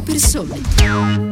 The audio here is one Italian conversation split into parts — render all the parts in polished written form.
persone.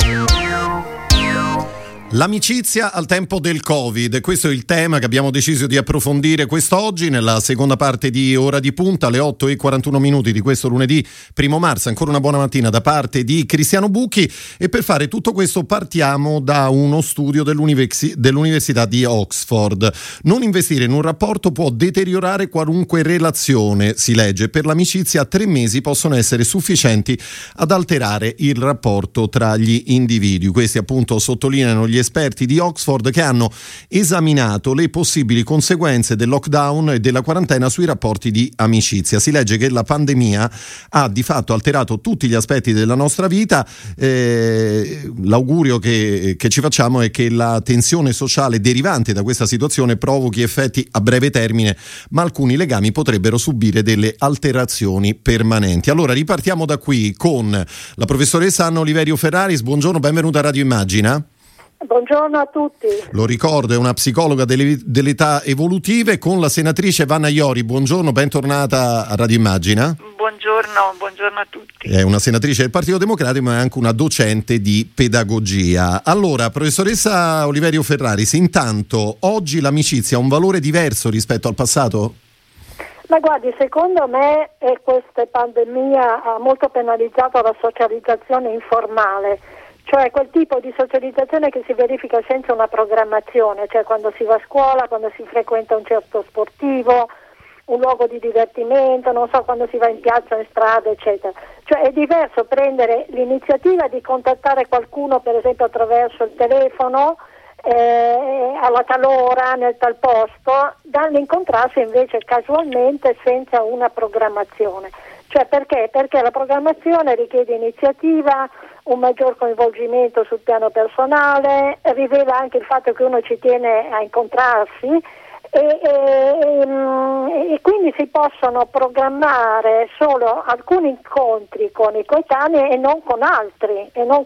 L'amicizia al tempo del Covid, questo è il tema che abbiamo deciso di approfondire quest'oggi nella seconda parte di Ora di Punta alle 8:41 di questo lunedì 1 marzo. Ancora una buona mattina da parte di Cristiano Bucchi, e per fare tutto questo partiamo da uno studio dell'Università di Oxford. Non investire in un rapporto può deteriorare qualunque relazione, si legge. Per l'amicizia 3 mesi possono essere sufficienti ad alterare il rapporto tra gli individui. Questi appunto sottolineano gli esperti di Oxford, che hanno esaminato le possibili conseguenze del lockdown e della quarantena sui rapporti di amicizia. Si legge che la pandemia ha di fatto alterato tutti gli aspetti della nostra vita. L'augurio che ci facciamo è che la tensione sociale derivante da questa situazione provochi effetti a breve termine, ma alcuni legami potrebbero subire delle alterazioni permanenti. Allora ripartiamo da qui con la professoressa Anna Oliverio Ferraris. Buongiorno, benvenuta a Radio Immagina. Buongiorno a tutti. Lo ricordo, è una psicologa delle età evolutive, con la senatrice Vanna Iori. Buongiorno, bentornata a Radio Immagina. Buongiorno a tutti. È una senatrice del Partito Democratico, ma è anche una docente di pedagogia. Allora, professoressa Oliverio Ferraris, intanto oggi l'amicizia ha un valore diverso rispetto al passato? Ma guardi, secondo me questa pandemia ha molto penalizzato la socializzazione informale, cioè quel tipo di socializzazione che si verifica senza una programmazione, cioè quando si va a scuola, quando si frequenta un certo sportivo, un luogo di divertimento, non so, quando si va in piazza, in strada, eccetera. Cioè è diverso prendere l'iniziativa di contattare qualcuno, per esempio attraverso il telefono, alla tal ora, nel tal posto, dall'incontrarsi invece casualmente senza una programmazione. Cioè perché? Perché la programmazione richiede iniziativa, un maggior coinvolgimento sul piano personale, rivela anche il fatto che uno ci tiene a incontrarsi e quindi si possono programmare solo alcuni incontri con i coetanei e non con altri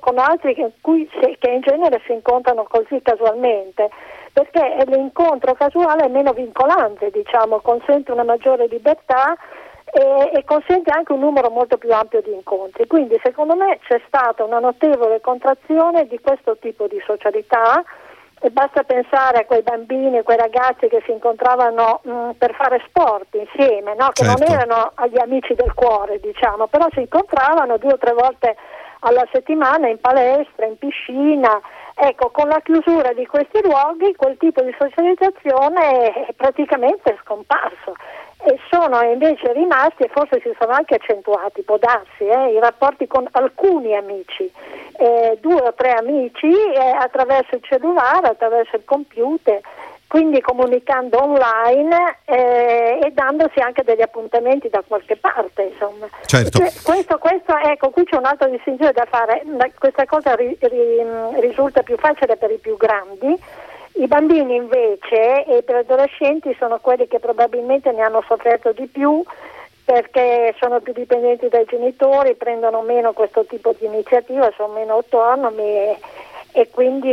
che in genere si incontrano così casualmente, perché l'incontro casuale è meno vincolante, diciamo, consente una maggiore libertà e consente anche un numero molto più ampio di incontri. Quindi secondo me c'è stata una notevole contrazione di questo tipo di socialità, e basta pensare a quei bambini, quei ragazzi che si incontravano per fare sport insieme, no? Che certo. Non erano gli amici del cuore, diciamo, però si incontravano 2 o 3 volte alla settimana in palestra, in piscina. Ecco, con la chiusura di questi luoghi quel tipo di socializzazione è praticamente scomparso, e sono invece rimasti, e forse si sono anche accentuati, può darsi, i rapporti con alcuni amici, 2 o 3 amici, attraverso il cellulare, attraverso il computer, quindi comunicando online e dandosi anche degli appuntamenti da qualche parte, insomma. Certo. Questo ecco, qui c'è un'altra distinzione da fare. Questa cosa risulta più facile per i più grandi. I bambini invece e per adolescenti sono quelli che probabilmente ne hanno sofferto di più, perché sono più dipendenti dai genitori, prendono meno questo tipo di iniziativa, sono meno autonomi e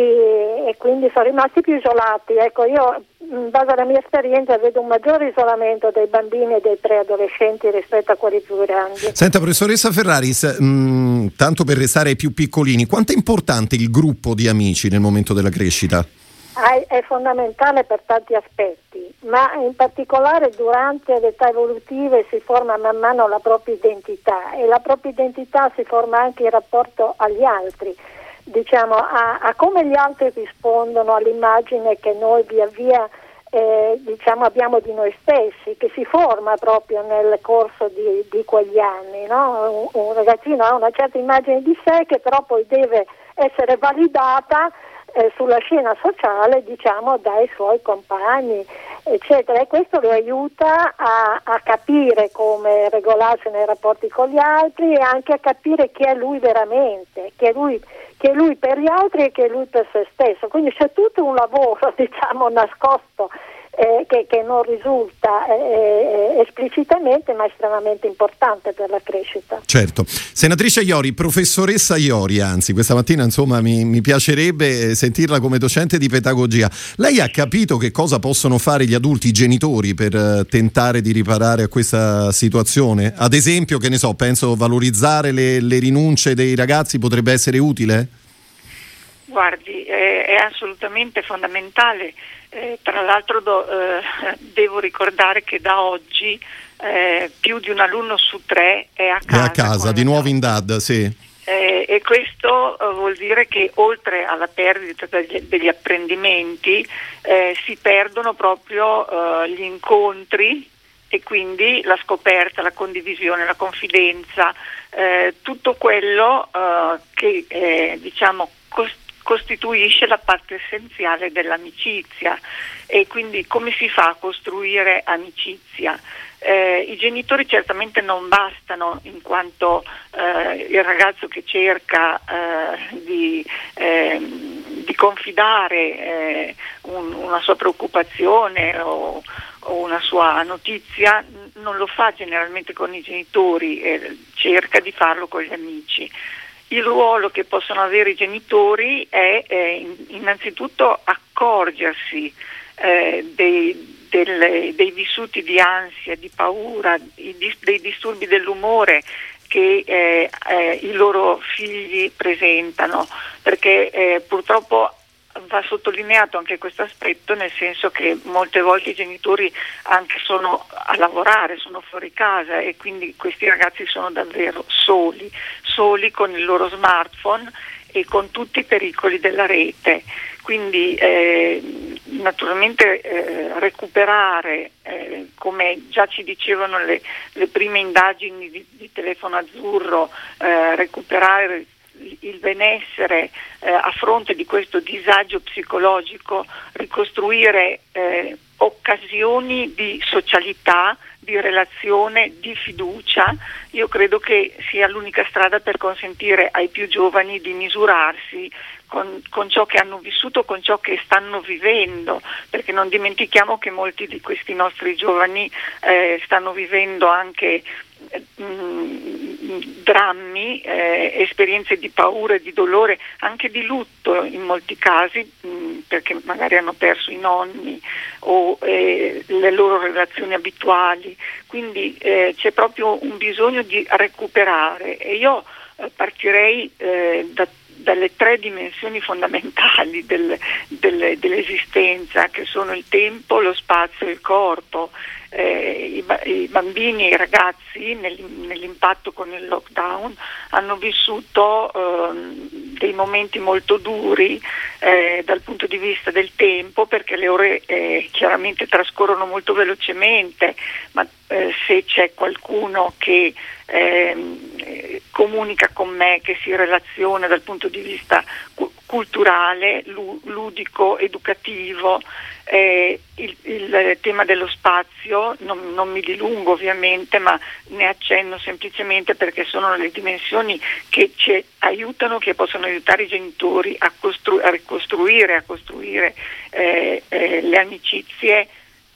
quindi sono rimasti più isolati. Ecco, io in base alla mia esperienza vedo un maggiore isolamento dei bambini e dei preadolescenti rispetto a quelli più grandi. Senta, professoressa Ferraris, tanto per restare ai più piccolini, quanto è importante il gruppo di amici nel momento della crescita? È fondamentale per tanti aspetti, ma in particolare durante l'età evolutiva si forma man mano la propria identità, e la propria identità si forma anche in rapporto agli altri, diciamo a come gli altri rispondono all'immagine che noi via via abbiamo di noi stessi, che si forma proprio nel corso di quegli anni, no? Un ragazzino ha una certa immagine di sé che però poi deve essere validata sulla scena sociale, diciamo, dai suoi compagni, eccetera, e questo lo aiuta a capire come regolarsi nei rapporti con gli altri e anche a capire chi è lui veramente, chi è lui per gli altri e chi è lui per se stesso. Quindi c'è tutto un lavoro, diciamo, nascosto che non risulta esplicitamente, ma estremamente importante per la crescita. Certo. Senatrice Iori, professoressa Iori, anzi, questa mattina insomma mi piacerebbe sentirla come docente di pedagogia. Lei ha capito che cosa possono fare gli adulti, i genitori, per tentare di riparare a questa situazione? Ad esempio, che ne so, penso valorizzare le rinunce dei ragazzi potrebbe essere utile? Guardi, è assolutamente fondamentale. Tra l'altro devo ricordare che da oggi più di un alunno su 3 è a casa. È a casa, di nuovo in DAD, sì. E questo vuol dire che oltre alla perdita degli apprendimenti si perdono proprio gli incontri e quindi la scoperta, la condivisione, la confidenza, tutto quello che diciamo costituisce la parte essenziale dell'amicizia. E quindi come si fa a costruire amicizia? I genitori certamente non bastano, in quanto il ragazzo che cerca di confidare una sua preoccupazione o una sua notizia non lo fa generalmente con i genitori, cerca di farlo con gli amici. Il ruolo che possono avere i genitori è innanzitutto accorgersi dei vissuti di ansia, di paura, dei disturbi dell'umore che i loro figli presentano, perché purtroppo va sottolineato anche questo aspetto, nel senso che molte volte i genitori anche sono a lavorare, sono fuori casa, e quindi questi ragazzi sono davvero soli con il loro smartphone e con tutti i pericoli della rete. Quindi naturalmente recuperare, come già ci dicevano le prime indagini di Telefono Azzurro, recuperare il benessere a fronte di questo disagio psicologico, ricostruire occasioni di socialità, di relazione, di fiducia, io credo che sia l'unica strada per consentire ai più giovani di misurarsi con ciò che hanno vissuto, con ciò che stanno vivendo, perché non dimentichiamo che molti di questi nostri giovani stanno vivendo anche drammi, esperienze di paura e di dolore, anche di lutto in molti casi, perché magari hanno perso i nonni o le loro relazioni abituali, quindi c'è proprio un bisogno di recuperare, e io partirei dalle 3 dimensioni fondamentali dell'esistenza, che sono il tempo, lo spazio e il corpo. I bambini e i ragazzi nell'impatto con il lockdown hanno vissuto dei momenti molto duri dal punto di vista del tempo, perché le ore chiaramente trascorrono molto velocemente, ma se c'è qualcuno che comunica con me, che si relaziona dal punto di vista culturale, ludico, educativo, il tema dello spazio non mi dilungo ovviamente, ma ne accenno semplicemente perché sono le dimensioni che ci aiutano, che possono aiutare i genitori a ricostruire, a costruire le amicizie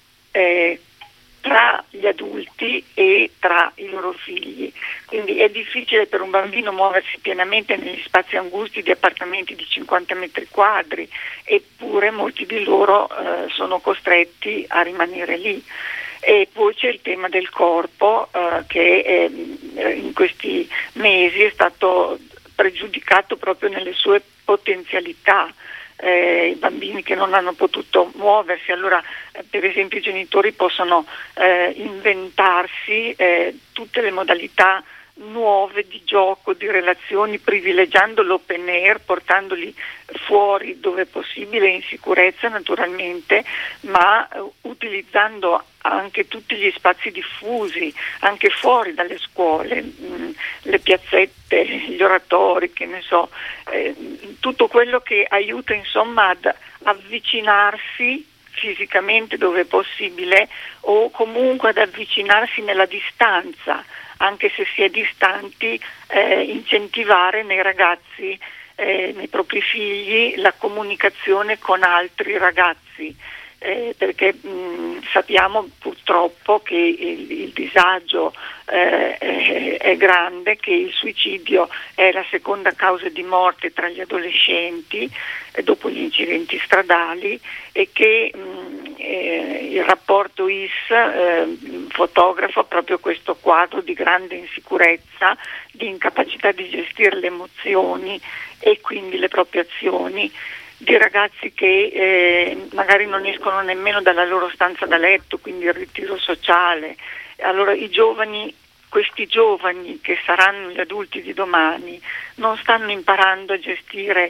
tra gli adulti e tra i loro figli. Quindi è difficile per un bambino muoversi pienamente negli spazi angusti di appartamenti di 50 metri quadri, eppure molti di loro sono costretti a rimanere lì. E poi c'è il tema del corpo che in questi mesi è stato pregiudicato proprio nelle sue potenzialità. I bambini che non hanno potuto muoversi, allora per esempio i genitori possono inventarsi tutte le modalità nuove di gioco, di relazioni, privilegiando l'open air, portandoli fuori dove è possibile, in sicurezza naturalmente, ma utilizzando anche tutti gli spazi diffusi, anche fuori dalle scuole, le piazzette, gli oratori, che ne so, tutto quello che aiuta insomma ad avvicinarsi fisicamente dove è possibile, o comunque ad avvicinarsi nella distanza, anche se si è distanti, incentivare nei ragazzi, nei propri figli, la comunicazione con altri ragazzi. perché sappiamo purtroppo che il disagio è grande, che il suicidio è la seconda causa di morte tra gli adolescenti dopo gli incidenti stradali, e che il rapporto IS fotografa proprio questo quadro di grande insicurezza, di incapacità di gestire le emozioni e quindi le proprie azioni, di ragazzi che magari non escono nemmeno dalla loro stanza da letto, quindi il ritiro sociale. Allora questi giovani che saranno gli adulti di domani non stanno imparando a gestire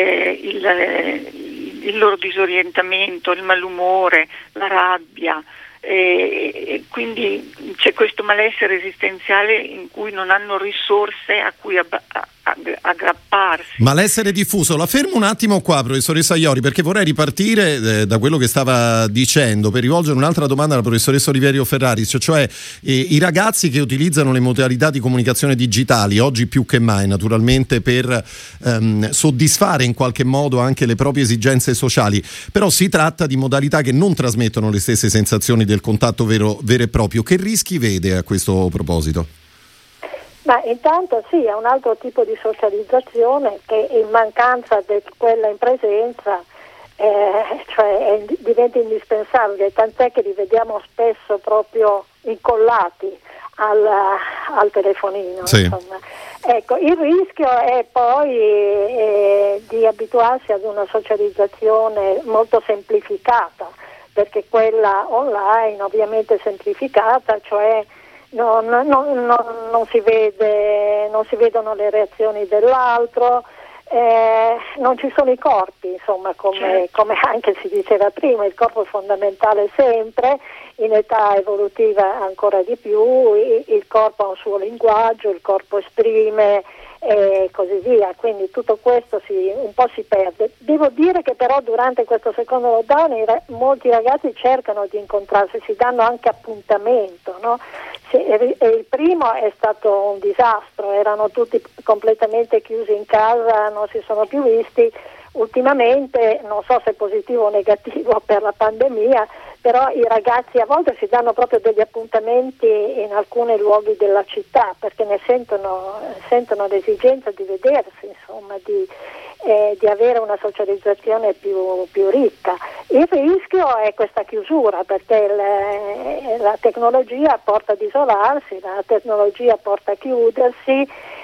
il loro disorientamento, il malumore, la rabbia, e quindi c'è questo malessere esistenziale in cui non hanno risorse a cui aggrapparsi. Malessere diffuso. La fermo un attimo qua, professoressa Iori, perché vorrei ripartire da quello che stava dicendo per rivolgere un'altra domanda alla professoressa Oliverio Ferraris, cioè i ragazzi che utilizzano le modalità di comunicazione digitali oggi più che mai, naturalmente, per soddisfare in qualche modo anche le proprie esigenze sociali, però si tratta di modalità che non trasmettono le stesse sensazioni del contatto vero e proprio. Che rischi vede a questo proposito? Ma intanto sì, è un altro tipo di socializzazione che in mancanza di quella in presenza diventa indispensabile, tant'è che li vediamo spesso proprio incollati al telefonino. Sì. Insomma. Ecco, il rischio è poi di abituarsi ad una socializzazione molto semplificata, perché quella online ovviamente semplificata, cioè non si vedono le reazioni dell'altro, non ci sono i corpi, insomma, come anche si diceva prima, il corpo è fondamentale sempre, in età evolutiva ancora di più, il corpo ha un suo linguaggio, il corpo esprime e così via, quindi tutto questo un po' si perde. Devo dire che però durante questo secondo lockdown molti ragazzi cercano di incontrarsi, si danno anche appuntamento, no? E il primo è stato un disastro, erano tutti completamente chiusi in casa, non si sono più visti. Ultimamente, non so se positivo o negativo per la pandemia, però i ragazzi a volte si danno proprio degli appuntamenti in alcuni luoghi della città perché ne sentono l'esigenza di vedersi, insomma, di avere una socializzazione più ricca. Il rischio è questa chiusura, perché la tecnologia porta ad isolarsi, la tecnologia porta a chiudersi,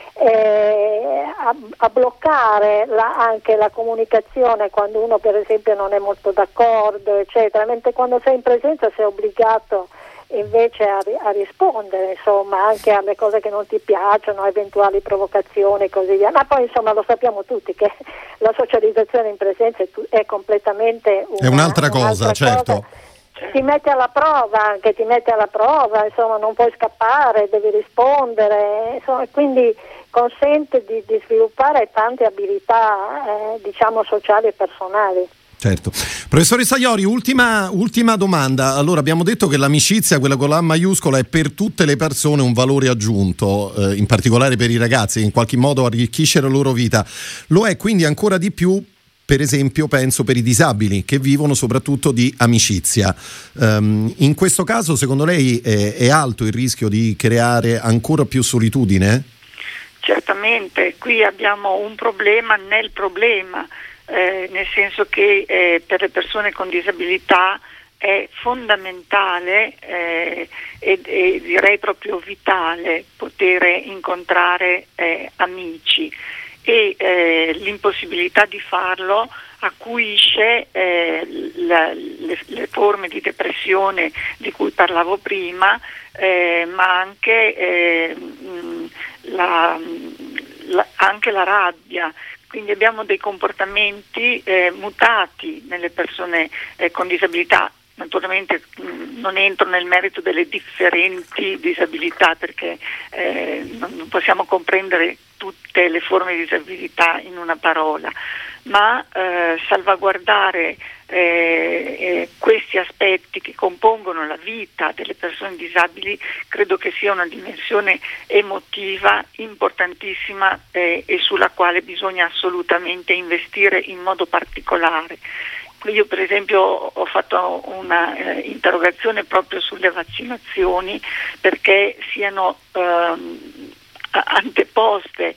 a bloccare anche la comunicazione quando uno per esempio non è molto d'accordo, eccetera, mentre quando sei in presenza sei obbligato invece a rispondere, insomma, anche alle cose che non ti piacciono, a eventuali provocazioni e così via. Ma poi insomma lo sappiamo tutti che la socializzazione in presenza è completamente è un'altra cosa, certo. Ti mette alla prova, insomma, non puoi scappare, devi rispondere, insomma, quindi consente di sviluppare tante abilità sociali e personali. Certo. Professoressa Iori, ultima domanda. Allora, abbiamo detto che l'amicizia, quella con la A maiuscola, è per tutte le persone un valore aggiunto, in particolare per i ragazzi, che in qualche modo arricchisce la loro vita. Lo è quindi ancora di più, per esempio, penso per i disabili che vivono soprattutto di amicizia. In questo caso, secondo lei, è alto il rischio di creare ancora più solitudine? Certamente, qui abbiamo un problema nel problema, nel senso che per le persone con disabilità è fondamentale e direi proprio vitale poter incontrare amici, e l'impossibilità di farlo acuisce le forme di depressione di cui parlavo prima, ma anche anche la rabbia. Quindi abbiamo dei comportamenti mutati nelle persone con disabilità. Naturalmente non entro nel merito delle differenti disabilità, perché non possiamo comprendere tutte le forme di disabilità in una parola, ma salvaguardare questi aspetti che compongono la vita delle persone disabili credo che sia una dimensione emotiva importantissima e sulla quale bisogna assolutamente investire in modo particolare. Io per esempio ho fatto una interrogazione proprio sulle vaccinazioni, perché siano anteposte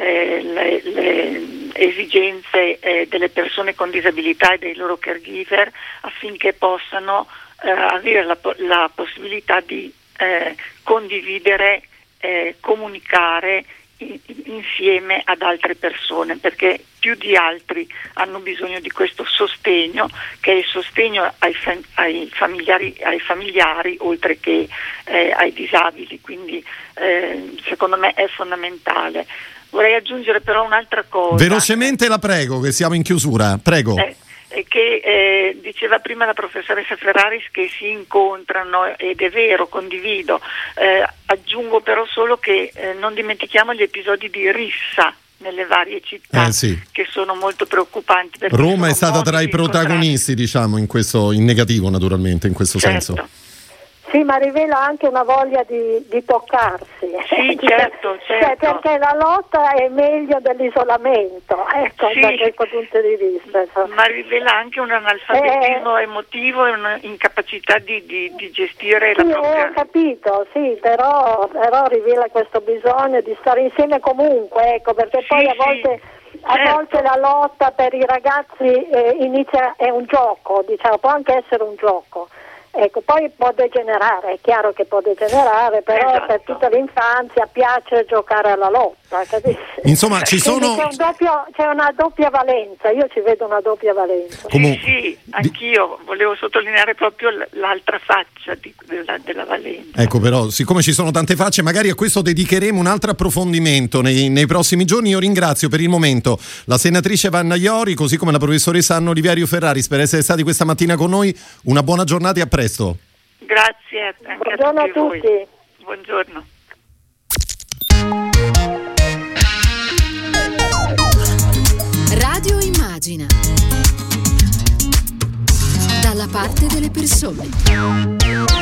le esigenze delle persone con disabilità e dei loro caregiver, affinché possano avere la possibilità di condividere, comunicare insieme ad altre persone, perché più di altri hanno bisogno di questo sostegno, che è il sostegno ai familiari oltre che ai disabili, quindi secondo me è fondamentale. Vorrei aggiungere però un'altra cosa. Velocemente la prego, che siamo in chiusura, prego. Che diceva prima la professoressa Ferraris che si incontrano, ed è vero, condivido. Aggiungo però solo che non dimentichiamo gli episodi di rissa nelle varie città, che sono molto preoccupanti. Roma è stata tra i protagonisti, diciamo, in negativo naturalmente, in questo senso. Sì, ma rivela anche una voglia di toccarsi. Sì, certo. Cioè, perché la lotta è meglio dell'isolamento, ecco, da questo punto di vista. Ma rivela anche un analfabetismo emotivo e un'incapacità di gestire la propria... Ho capito, sì, però rivela questo bisogno di stare insieme comunque, ecco, perché poi a volte la lotta per i ragazzi inizia, è un gioco, diciamo, può anche essere un gioco. Ecco, poi può degenerare, è chiaro che può degenerare, però per tutta l'infanzia piace giocare alla lotta, capisci? Insomma, c'è una doppia valenza, io ci vedo una doppia valenza. Sì, anch'io volevo sottolineare proprio l'altra faccia della valenza. Ecco, però, siccome ci sono tante facce, magari a questo dedicheremo un altro approfondimento nei prossimi giorni. Io ringrazio per il momento la senatrice Vanna Iori, così come la professoressa Anna Oliverio Ferraris, per essere stati questa mattina con noi. Una buona giornata e a presto. Grazie anche buongiorno a tutti voi. Buongiorno. Radio Immagina, dalla parte delle persone.